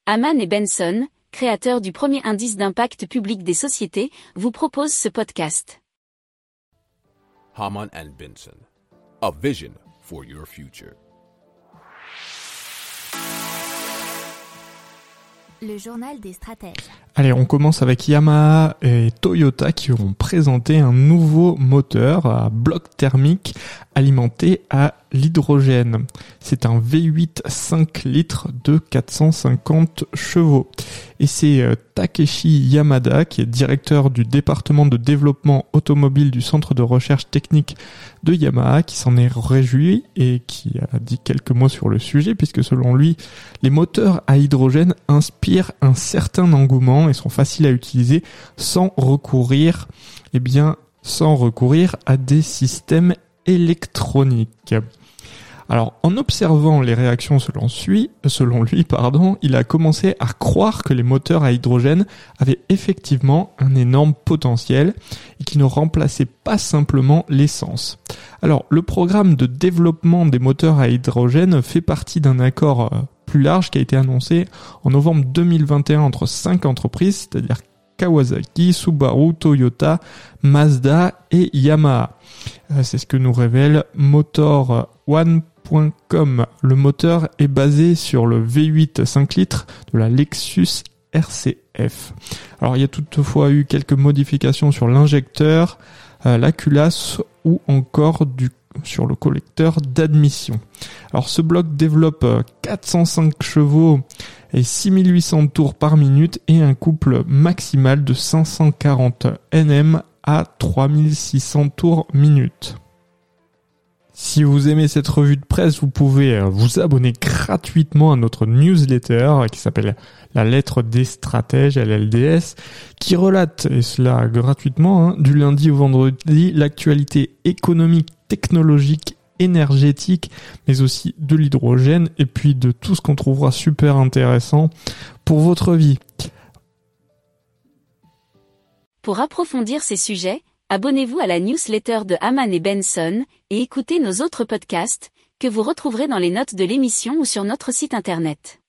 Hamann et Benson, créateurs du premier indice d'impact public des sociétés, vous proposent ce podcast. Hamann and Benson, a vision for your future. Le journal des stratèges. Allez, on commence avec Yamaha et Toyota qui ont présenté un nouveau moteur à bloc thermique alimenté à l'hydrogène. C'est un V8 5 litres de 450 chevaux. Et c'est Takeshi Yamada, qui est directeur du département de développement automobile du centre de recherche technique de Yamaha, qui s'en est réjoui et qui a dit quelques mots sur le sujet, puisque selon lui, les moteurs à hydrogène inspirent un certain engouement et sont faciles à utiliser sans recourir à des systèmes électroniques. Alors, en observant les réactions selon lui, il a commencé à croire que les moteurs à hydrogène avaient effectivement un énorme potentiel et qu'ils ne remplaçaient pas simplement l'essence. Alors, le programme de développement des moteurs à hydrogène fait partie d'un accord plus large qui a été annoncé en novembre 2021 entre 5 entreprises, c'est-à-dire Kawasaki, Subaru, Toyota, Mazda et Yamaha. C'est ce que nous révèle MotorOne.com. Le moteur est basé sur le V8 5 litres de la Lexus RCF. Alors il y a toutefois eu quelques modifications sur l'injecteur, la culasse ou encore sur le collecteur d'admission. Alors ce bloc développe 405 chevaux et 6800 tours par minute et un couple maximal de 540 Nm à 3600 tours minute. Si vous aimez cette revue de presse, vous pouvez vous abonner gratuitement à notre newsletter qui s'appelle La Lettre des Stratèges, LLDS, qui relate, et cela gratuitement, du lundi au vendredi, l'actualité économique, technologique, énergétique, mais aussi de l'hydrogène et puis de tout ce qu'on trouvera super intéressant pour votre vie. Pour approfondir ces sujets, abonnez-vous à la newsletter de Hamann et Benson et écoutez nos autres podcasts que vous retrouverez dans les notes de l'émission ou sur notre site internet.